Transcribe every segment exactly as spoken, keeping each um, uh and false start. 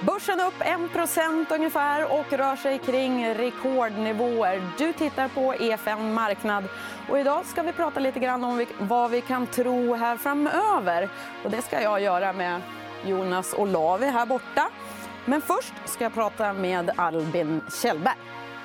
Börsen upp en procent ungefär och rör sig kring rekordnivåer. Du tittar på E F N Marknad och idag ska vi prata lite grann om vad vi kan tro här framöver. Och det ska jag göra med Jonas Olavi här borta. Men först ska jag prata med Albin Kjellberg.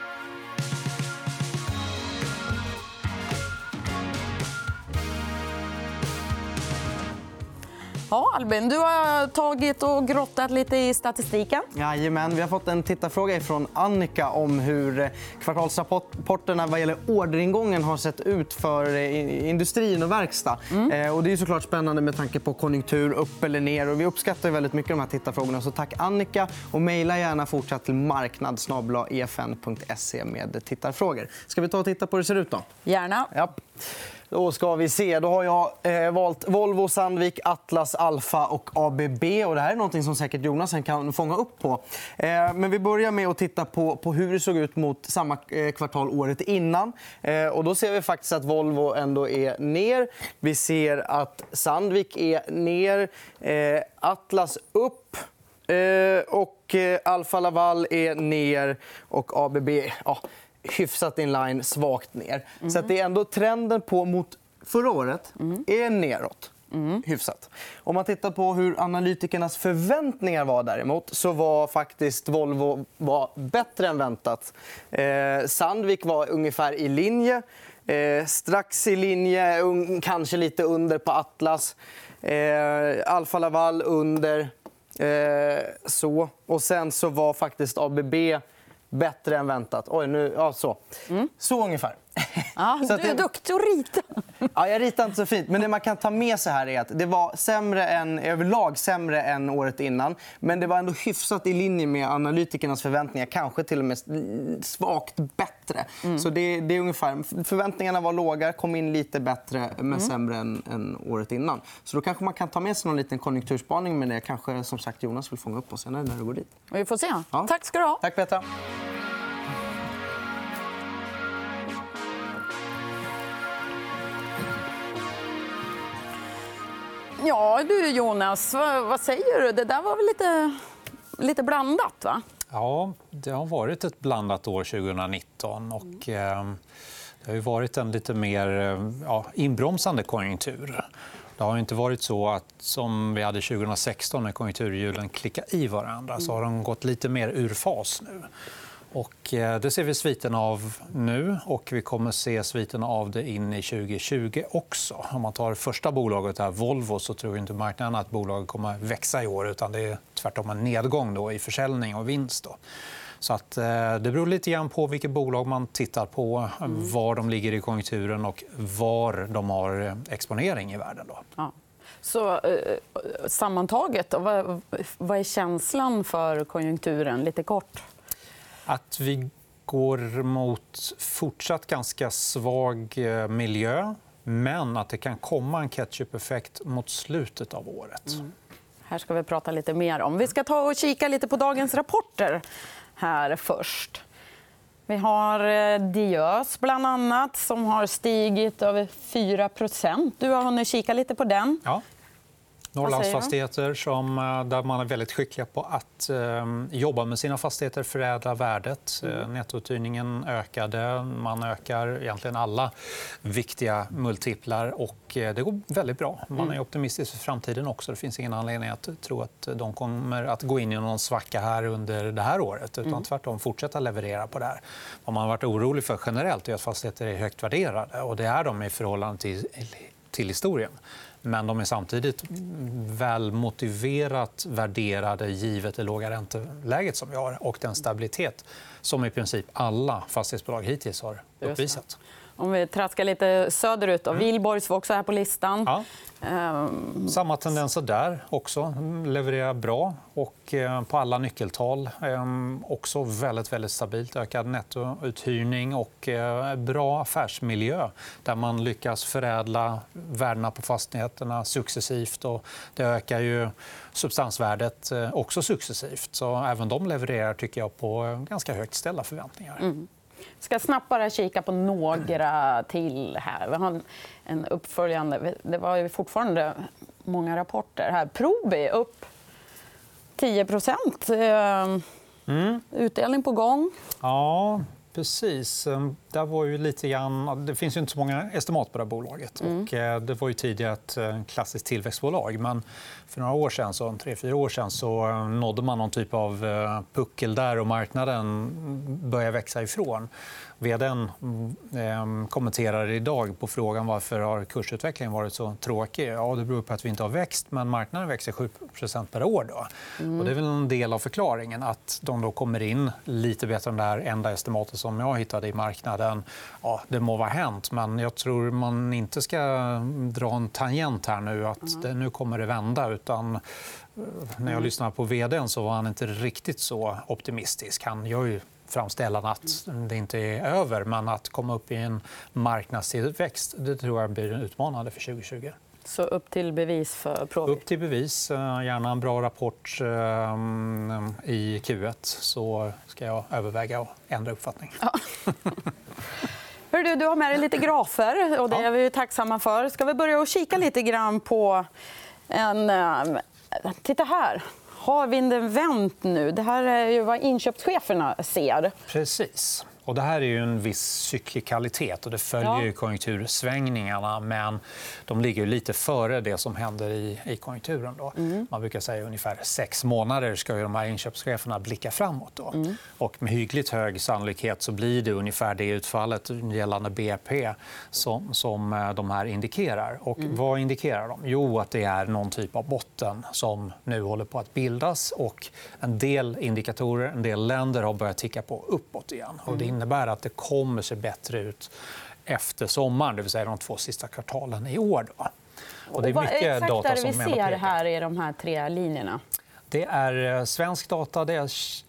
Ja, Albin, du har tagit och grottat lite i statistiken. Jajamän, vi har fått en tittarfråga från Annika om hur kvartalsrapporterna vad gäller orderingången har sett ut för industrin och verkstad. Mm. Och det är såklart spännande med tanke på konjunktur, upp eller ner. Och vi uppskattar väldigt mycket de här tittarfrågorna. Så tack Annika och mejla gärna fortsatt till marknad snabel-a e f n punkt se med tittarfrågor. Ska vi ta och titta på hur det ser ut då? Gärna. Ja. Då ska vi se. Då har jag eh, valt Volvo, Sandvik, Atlas, Alfa och A B B. Och det här är något som säkert Jonas kan fånga upp på. Eh, men vi börjar med att titta på, på hur det såg ut mot samma eh, kvartal året innan. Eh, och då ser vi faktiskt att Volvo ändå är ner. Vi ser att Sandvik är ner. Eh, Atlas upp. Eh, och eh, Alfa Laval är ner. Och A B B... Ja. hyfsat inline, svagt ner. Mm. Så att det är ändå trenden på mot förra året mm. är neråt. Mm. Hyfsat. Om man tittar på hur analytikernas förväntningar var däremot så var faktiskt Volvo var bättre än väntat. Eh, Sandvik var ungefär i linje. Eh, strax i linje, un- kanske lite under på Atlas. Eh, Alfa Laval under. Eh, så. Och sen så var faktiskt A B B bättre än väntat. Oj, nu, ja, så. Mm. Så ungefär. Ja, så du är duktig att rita. Ja, jag ritar inte så fint. Men det man kan ta med sig här är att det var sämre än, överlag sämre än året innan. Men det var ändå hyfsat i linje med analytikernas förväntningar. Kanske till och med svagt bättre. Mm. Så det, det är ungefär. Förväntningarna var låga, kom in lite bättre men mm. sämre än, än året innan. Så då kanske man kan ta med sig någon liten konjunkturspaning. Men det kanske som sagt Jonas vill fånga upp oss senare när det går dit. Vi får se. Ja. Tack ska du ha. Tack Petra. Ja, du Jonas, vad, vad säger du? Det där var väl lite, lite blandat, va? Ja, det har varit ett blandat år tjugonitton. Och, eh, det har ju varit en lite mer ja, inbromsande konjunktur. Det har inte varit så att som vi hade tjugohundrasexton när konjunkturhjulen klickade i varandra så har de gått lite mer ur fas nu. Och det ser vi sviten av nu och vi kommer se sviten av det in i tjugohundratjugo också. Om man tar första bolaget här, Volvo, så tror inte marknaden att bolaget kommer växa i år utan det är tvärtom en nedgång då i försäljning och vinst. Då. Så att, det beror lite grann på vilket bolag man tittar på, mm. var de ligger i konjunkturen och var de har exponering i världen. Då. Ja. Så eh, sammantaget, vad, vad är känslan för konjunkturen? Lite kort. Att vi går mot fortsatt ganska svag miljö men att det kan komma en ketchup-effekt mot slutet av året. Mm. Här ska vi prata lite mer om. Vi ska ta och kika lite på dagens rapporter här först. Vi har Diös bland annat som har stigit över fyra procent. Du har hunnit kika lite på den. Ja. Norrlandsfastigheter som, där man är väldigt skickliga på att eh, jobba med sina fastigheter, förädla värdet. Mm. Nettouthyrningen ökade. Man ökar egentligen alla viktiga multiplar och eh, det går väldigt bra. Man är optimistisk för framtiden också. Det finns ingen anledning att tro att de kommer att gå in i någon svacka här under det här året utan mm. tvärtom fortsätta leverera på det här. Vad man har varit orolig för generellt är att fastigheter är högt värderade och det är de i förhållande till, till historien. Men de är samtidigt väl motiverat värderade givet det låga ränteläget som vi har och den stabilitet som i princip alla fastighetsbolag hittills har uppvisat. Om vi traskar lite söderut. Mm. Wihlborgs var också här på listan. Ja. Um... Samma tendenser där också. Levererar bra och på alla nyckeltal. Också väldigt, väldigt stabilt. Ökad nettouthyrning och bra affärsmiljö där man lyckas förädla värdena på fastigheterna successivt. Och det ökar ju substansvärdet också successivt. Så även de levererar tycker jag på ganska högt ställda förväntningar. Mm. Jag ska snabbt bara kika på några till här. Vi har en uppföljande. Det var ju fortfarande många rapporter här. Probi upp tio procent. Mm. Utdelning på gång. Ja, precis. Där var ju lite grann, det finns ju inte så många estimat på det här bolaget. Mm. Och det var ju tidigare ett klassiskt tillväxtbolag. Men för några år sedan, så, tre, fyra år sedan så nådde man någon typ av puckel där och marknaden började växa ifrån. Vd:n eh, kommenterar idag på frågan varför har kursutvecklingen varit så tråkig. Ja, det beror på att vi inte har växt, men marknaden växer sju procent per år. Då. Mm. Och det är väl en del av förklaringen att de då kommer in lite bättre än det här enda estimatet som jag hittade i marknaden. Ja, det må vara hänt, men jag tror man inte ska dra en tangent här nu att mm. det, nu kommer det vända. Utan när jag lyssnade på vd:n så var han inte riktigt så optimistisk. Han gör ju framställan att det inte är över, men att komma upp i en marknadstillväxt, det tror jag blir utmanande för tjugo tjugo. Så upp till bevis för Probi? Upp till bevis. Gärna en bra rapport i Q ett så ska jag överväga att ändra uppfattning. Ja. Hör du, du har med dig lite grafer och det är vi tacksamma för. Ska vi börja och kika lite grann på en... Titta här. Har vinden vänt nu? Det här är ju vad inköpscheferna ser. Precis. Och det här är ju en viss cyklikalitet och det följer ju konjunktursvängningarna, men de ligger ju lite före det som händer i, i konjunkturen. Då. Mm. Man brukar säga ungefär sex månader ska ju de här inköpscheferna blicka framåt. Då. Mm. Och med hyggligt hög sannolikhet så blir det ungefär det utfallet gällande B N P som, som de här indikerar. Och mm. vad indikerar de? Jo, att det är någon typ av botten som nu håller på att bildas och en del indikatorer, en del länder har börjat ticka på uppåt igen. Och det innebär att det kommer se bättre ut efter sommaren, det vill säga de två sista kvartalen i år. Då. Och det är mycket exakt data som vi ser här i de här tre linjerna. Det är svensk data, det är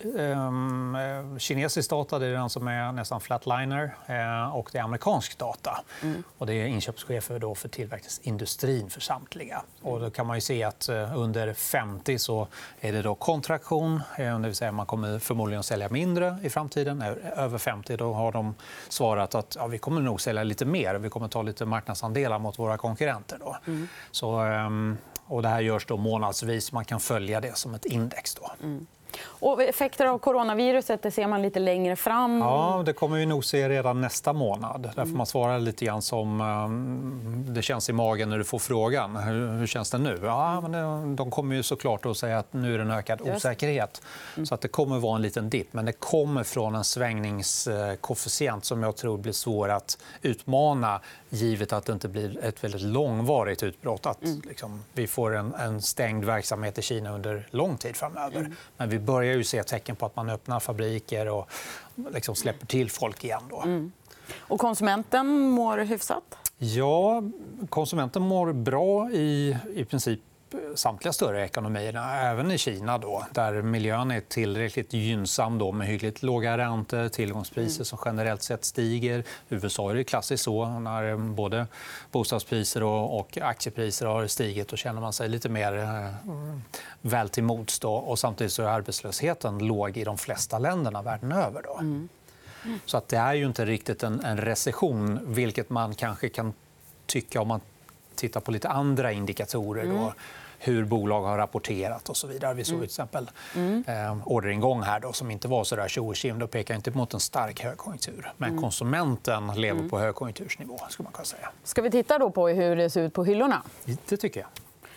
um, kinesisk data, det är den som är nästan flatliner, uh, och det är amerikansk data. Mm. Och det är inköpschefer då för tillverkningsindustrin för samtliga. Och då kan man ju se att uh, under femtio så är det då kontraktion, uh, det vill säga man kommer förmodligen sälja mindre i framtiden. Över femtio då har de svarat att ja, vi kommer nog sälja lite mer, vi kommer ta lite marknadsandelar mot våra konkurrenter. Då. Mm. Så... Um, Och det här görs då månadsvis. Man kan följa det som ett index. Då. Mm. Och effekter av coronaviruset det ser man lite längre fram. Ja, det kommer vi nog se redan nästa månad. Därför man svarar lite grann som um, det känns i magen när du får frågan. Hur, hur känns det nu? Ja, men det, de kommer ju såklart att säga att nu är det en ökad osäkerhet. Mm. Så att det kommer vara en liten dipp. Men det kommer från en svängningskoefficient som jag tror blir svår att utmana givet att det inte blir ett väldigt långvarigt utbrott. Att mm. liksom, vi får en, en stängd verksamhet i Kina under lång tid framöver. Mm. Men vi börjar ju se tecken på att man öppnar fabriker och liksom släpper till folk igen. Då. Mm. Och konsumenten mår hyfsat? Ja, konsumenten mår bra i, i princip samtliga större ekonomierna, även i Kina då, där miljön är tillräckligt gynnsam då, med hyggligt låga räntor, tillgångspriser mm. som generellt sett stiger. U S A är det klassiskt så, när både bostadspriser och, och aktiepriser har stigit, då känner man sig lite mer eh, väl till mods då, och samtidigt så är arbetslösheten låg i de flesta länderna världen över då. Mm. Mm. Så att det är ju inte riktigt en, en recession, vilket man kanske kan tycka om man tittar på lite andra indikatorer. Då. Mm. Hur bolag har rapporterat och så vidare. Vi såg till exempel mm. eh, orderingång här då, som inte var så där tjo-och-tjim. Då pekar inte mot en stark högkonjunktur. Men mm. konsumenten lever mm. på högkonjunktursnivå. Ska man kunna säga. Ska vi titta då på hur det ser ut på hyllorna? Det tycker jag.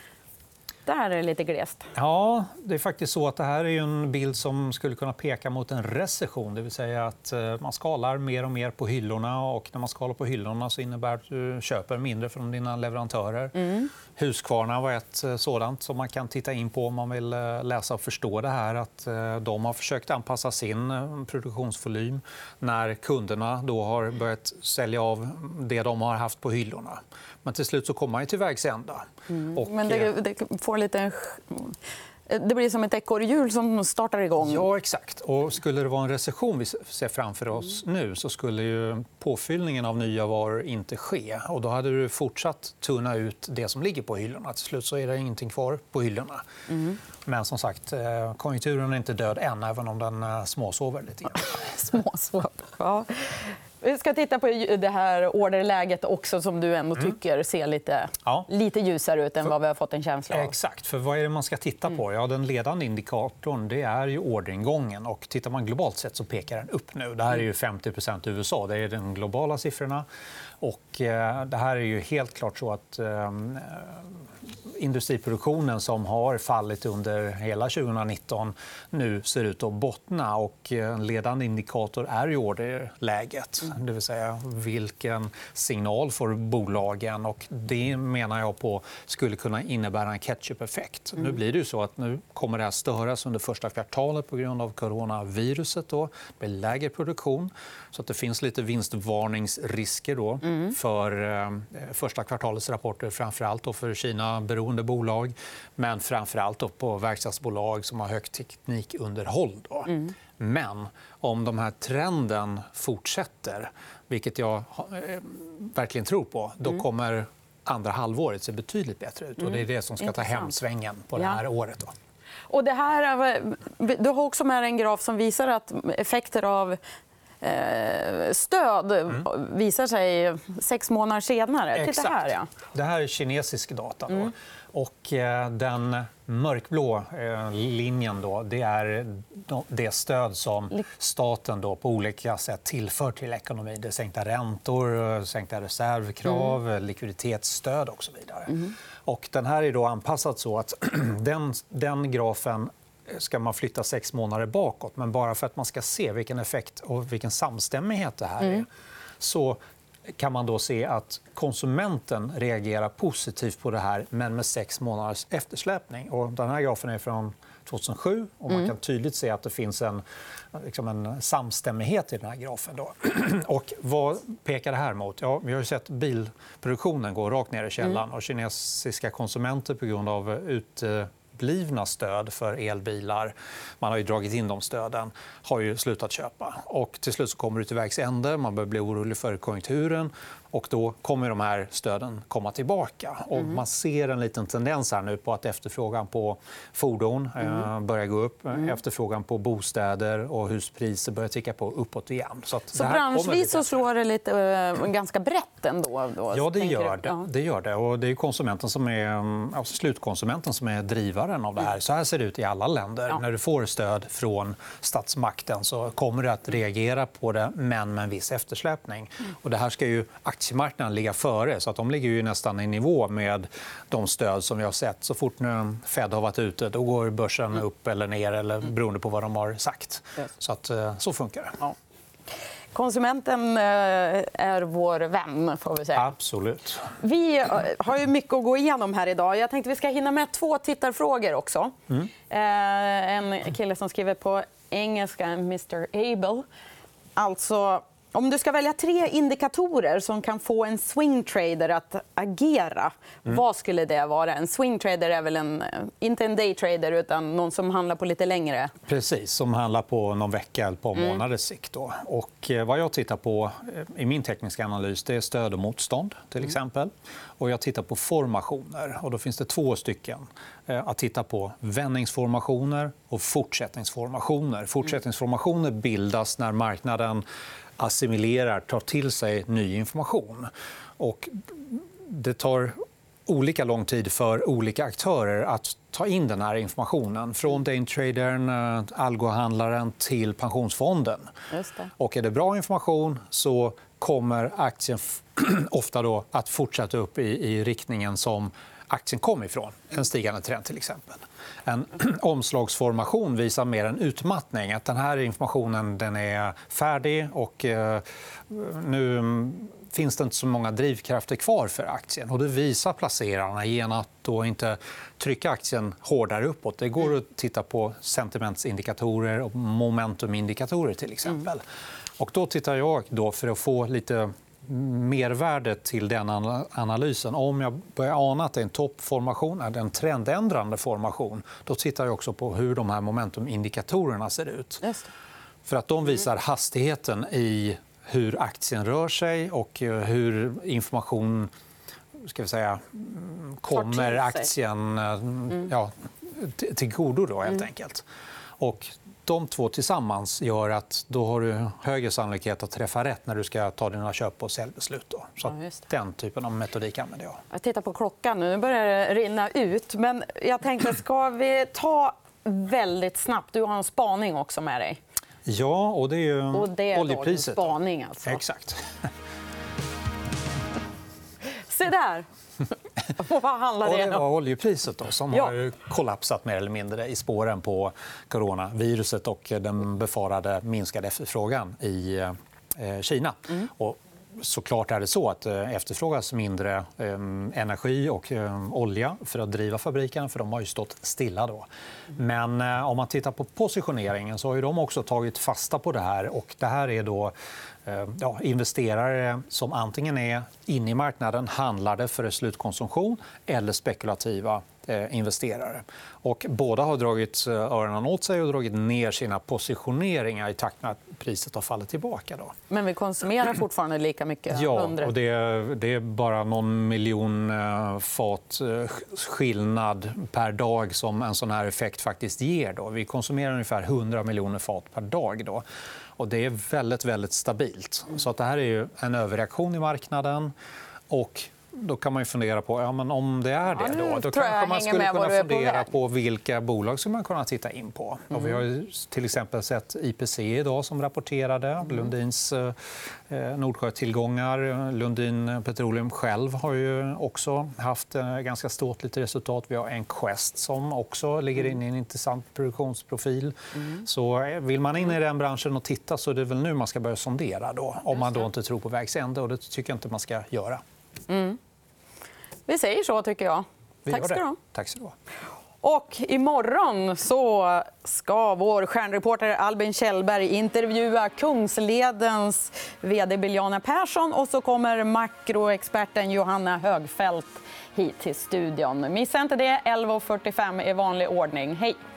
Där är det lite glest. Ja, det är faktiskt så att det här är en bild som skulle kunna peka mot en recession. Det vill säga att man skalar mer och mer på hyllorna. Och när man skalar på hyllorna så innebär det att du köper mindre från dina leverantörer. Mm. Husqvarna var ett sådant som man kan titta in på om man vill läsa och förstå det här. Att de har försökt anpassa sin produktionsvolym när kunderna då har börjat sälja av det de har haft på hyllorna. Men till slut så kommer man till vägs ända. Mm. Och... Men det, det får lite... Det blir som ett ekorrhjul som startar igång. Ja, exakt. Och skulle det vara en recession vi ser framför oss nu så skulle ju påfyllningen av nya varor inte ske. Och då hade du fortsatt tunna ut det som ligger på hyllorna. Till slut så är det ingenting kvar på hyllorna. Mm. Men som sagt, konjunkturen är inte död än, även om den småsover lite grann. Småsover, ja. Vi ska titta på det här orderläget också som du ändå tycker ser lite, Ja. lite ljusare ut än vad vi har fått en känsla av. Exakt. För vad är det man ska titta på? Ja, den ledande indikatorn det är ju orderingången. Och tittar man globalt sett så pekar den upp nu. Det här är ju femtio procent i U S A. Det är de globala siffrorna. Och eh, det här är ju helt klart så att eh, industriproduktionen som har fallit under hela tjugonitton nu ser ut att bottna. Och en ledande indikator är ju orderläget. Det vill säga vilken signal får bolagen. Och det menar jag på skulle kunna innebära en catch-up-effekt. Mm. Nu blir det ju så att nu kommer det här störas under första kvartalet på grund av coronaviruset. Då. Det blir lägre produktion. Så att det finns lite vinstvarningsrisker då mm. för eh, första kvartalets rapporter. Framförallt då för Kina-beroende bolag. Men framförallt då på verkstadsbolag som har högt teknikunderhåll. Då. Mm. Men om de här trenden fortsätter, vilket jag eh, verkligen tror på, då mm. kommer andra halvåret se betydligt bättre ut. Och det är det som ska ta hem svängen på det här ja. året. Då. Och det här, du har också med en graf som visar att effekter av stöd mm. visar sig sex månader senare. Exakt. Titta här, ja. Det här är kinesisk data. Då. Mm. Och den mörkblå linjen då, det är det stöd som staten då på olika sätt tillför till ekonomin. Det är sänkta räntor, sänkta reservkrav, mm. likviditetsstöd och så vidare. Mm. Och den här är då anpassad så att den, den grafen ska man flytta sex månader bakåt. Men bara för att man ska se vilken effekt och vilken samstämmighet det här är mm. så kan man då se att konsumenten reagerar positivt på det här men med sex månaders eftersläpning. Och den här grafen är från tjugohundrasju och man kan tydligt se att det finns en, liksom en samstämmighet i den här grafen. Då. Och vad pekar det här mot? Ja, vi har ju sett bilproduktionen gå rakt ner i källan och kinesiska konsumenter på grund av ut blivna stöd för elbilar, man har ju dragit in de stöden, har ju slutat köpa. Och till slut så kommer det till vägs ände, man börjar bli orolig för konjunkturen och då kommer de här stöden komma tillbaka. Och mm. man ser en liten tendens här nu på att efterfrågan på fordon mm. eh, börjar gå upp, mm. efterfrågan på bostäder och huspriser börjar ticka på uppåt igen. Så, att så branschvis så slår det lite äh, ganska brett ändå? Då, ja, det gör det. Ja. det gör det. Och det är konsumenten som är, alltså slutkonsumenten som är drivaren av det här. Så här ser det ut i alla länder. Ja. När du får stöd från statsmakten så kommer du att reagera på det, men med en viss eftersläpning. Mm. Och det här ska ju aktiemarknaden ligga före, så att de ligger ju nästan i nivå med de stöd som vi har sett. Så fort nu Fed har varit ute, då går börsen mm. upp eller ner, eller beroende på vad de har sagt. Yes. Så att så funkar det. Ja. Konsumenten är vår vän, får vi säga. Absolut. Vi har ju mycket att gå igenom här idag. Jag tänkte vi ska hinna med två tittarfrågor också. Mm. En kille som skriver på engelska, mister Abel. Alltså, om du ska välja tre indikatorer som kan få en swingtrader att agera, mm. vad skulle det vara? En swingtrader är väl en, inte en daytrader utan någon som handlar på lite längre. Precis, som handlar på någon vecka eller på månaders sikt. Då. Och vad jag tittar på i min tekniska analys det är stöd och motstånd till exempel. Och jag tittar på formationer och då finns det två stycken att titta på: vändningsformationer och fortsättningsformationer. Fortsättningsformationer bildas när marknaden assimilerar, tar till sig ny information. Och det tar olika lång tid för olika aktörer att ta in den här informationen. Från daytradern, algohandlaren till pensionsfonden. Just det. Och är det bra information så kommer aktien ofta då att fortsätta upp i, i riktningen som aktien kom ifrån. En stigande trend till exempel. En omslagsformation visar mer en utmattning. Att den här informationen den är färdig och eh, nu finns det inte så många drivkrafter kvar för aktien. Och det visar placerarna genom att då inte trycka aktien hårdare uppåt. Det går att titta på sentimentsindikatorer och momentumindikatorer till exempel. Mm. Och då tittar jag då för att få lite mervärde till den analysen. Om jag börjar ana att det är en toppformation, är det en trendändrande formation, då tittar jag också på hur de här momentumindikatorerna ser ut. Just. För att de visar hastigheten i hur aktien rör sig och hur information ska vi säga, kommer aktien mm. ja, till godo då, helt mm. enkelt. Och de två tillsammans gör att då har du högre sannolikhet att träffa rätt när du ska ta dina köp- och säljbeslut. Då. Så Ja, just den typen av metodik använder jag. Jag tittar på klockan nu. Nu börjar det rinna ut. Men jag tänkte, ska vi ta väldigt snabbt? Du har en spaning också med dig. Ja, och det är ju Och det är oljepriset. dagens spaning alltså. Exakt. Se där! Och vad handlar Och det det var om? oljepriset då, som Ja. har kollapsat mer eller mindre i spåren på coronaviruset och den befarade minskade efterfrågan i eh, Kina. Mm. Och såklart är det så att eh, efterfrågas mindre eh, energi och eh, olja för att driva fabriken, för de har ju stått stilla då. Men eh, om man tittar på positioneringen så har ju de också tagit fasta på det här, och det här är då Ja, investerare som antingen är inne i marknaden, handlade för slutkonsumtion, eller spekulativa eh, investerare. Och båda har dragit öronen åt sig och dragit ner sina positioneringar i takt med att priset har fallit tillbaka. Då. Men vi konsumerar fortfarande lika mycket? Ja, under. och det, det är bara någon miljon eh, fat eh, skillnad per dag som en sån här effekt faktiskt ger. Då. Vi konsumerar ungefär hundra miljoner fat per dag. Då. Och det är väldigt, väldigt stabilt. Så att det här är ju en överreaktion i marknaden. Och då kan man ju fundera på, ja, men om det är det, ja, då, då kanske man skulle kunna fundera på, på vilka bolag som man kunna titta in på. Mm. Och vi har ju till exempel sett I P C idag som rapporterade. Mm. Lundins eh, Nordsjötillgångar. Lundin Petroleum själv har ju också haft eh, ganska ståtligt resultat. Vi har en Quest som också ligger in i en intressant produktionsprofil. Mm. Så vill man in i den branschen och titta, så är det väl nu man ska börja sondera då, om man då inte tror på vägs ände, och det tycker jag inte man ska göra. Mm. Vi säger så, tycker jag. Vi Tack ska du ha. Tack ska du ha. Och imorgon så ska vår stjärnreporter Albin Kjellberg intervjua Kungsledens vd Biljana Persson, och så kommer makroexperten Johanna Högfeldt hit till studion. Missa inte det, elva fyrtiofem i vanlig ordning. Hej!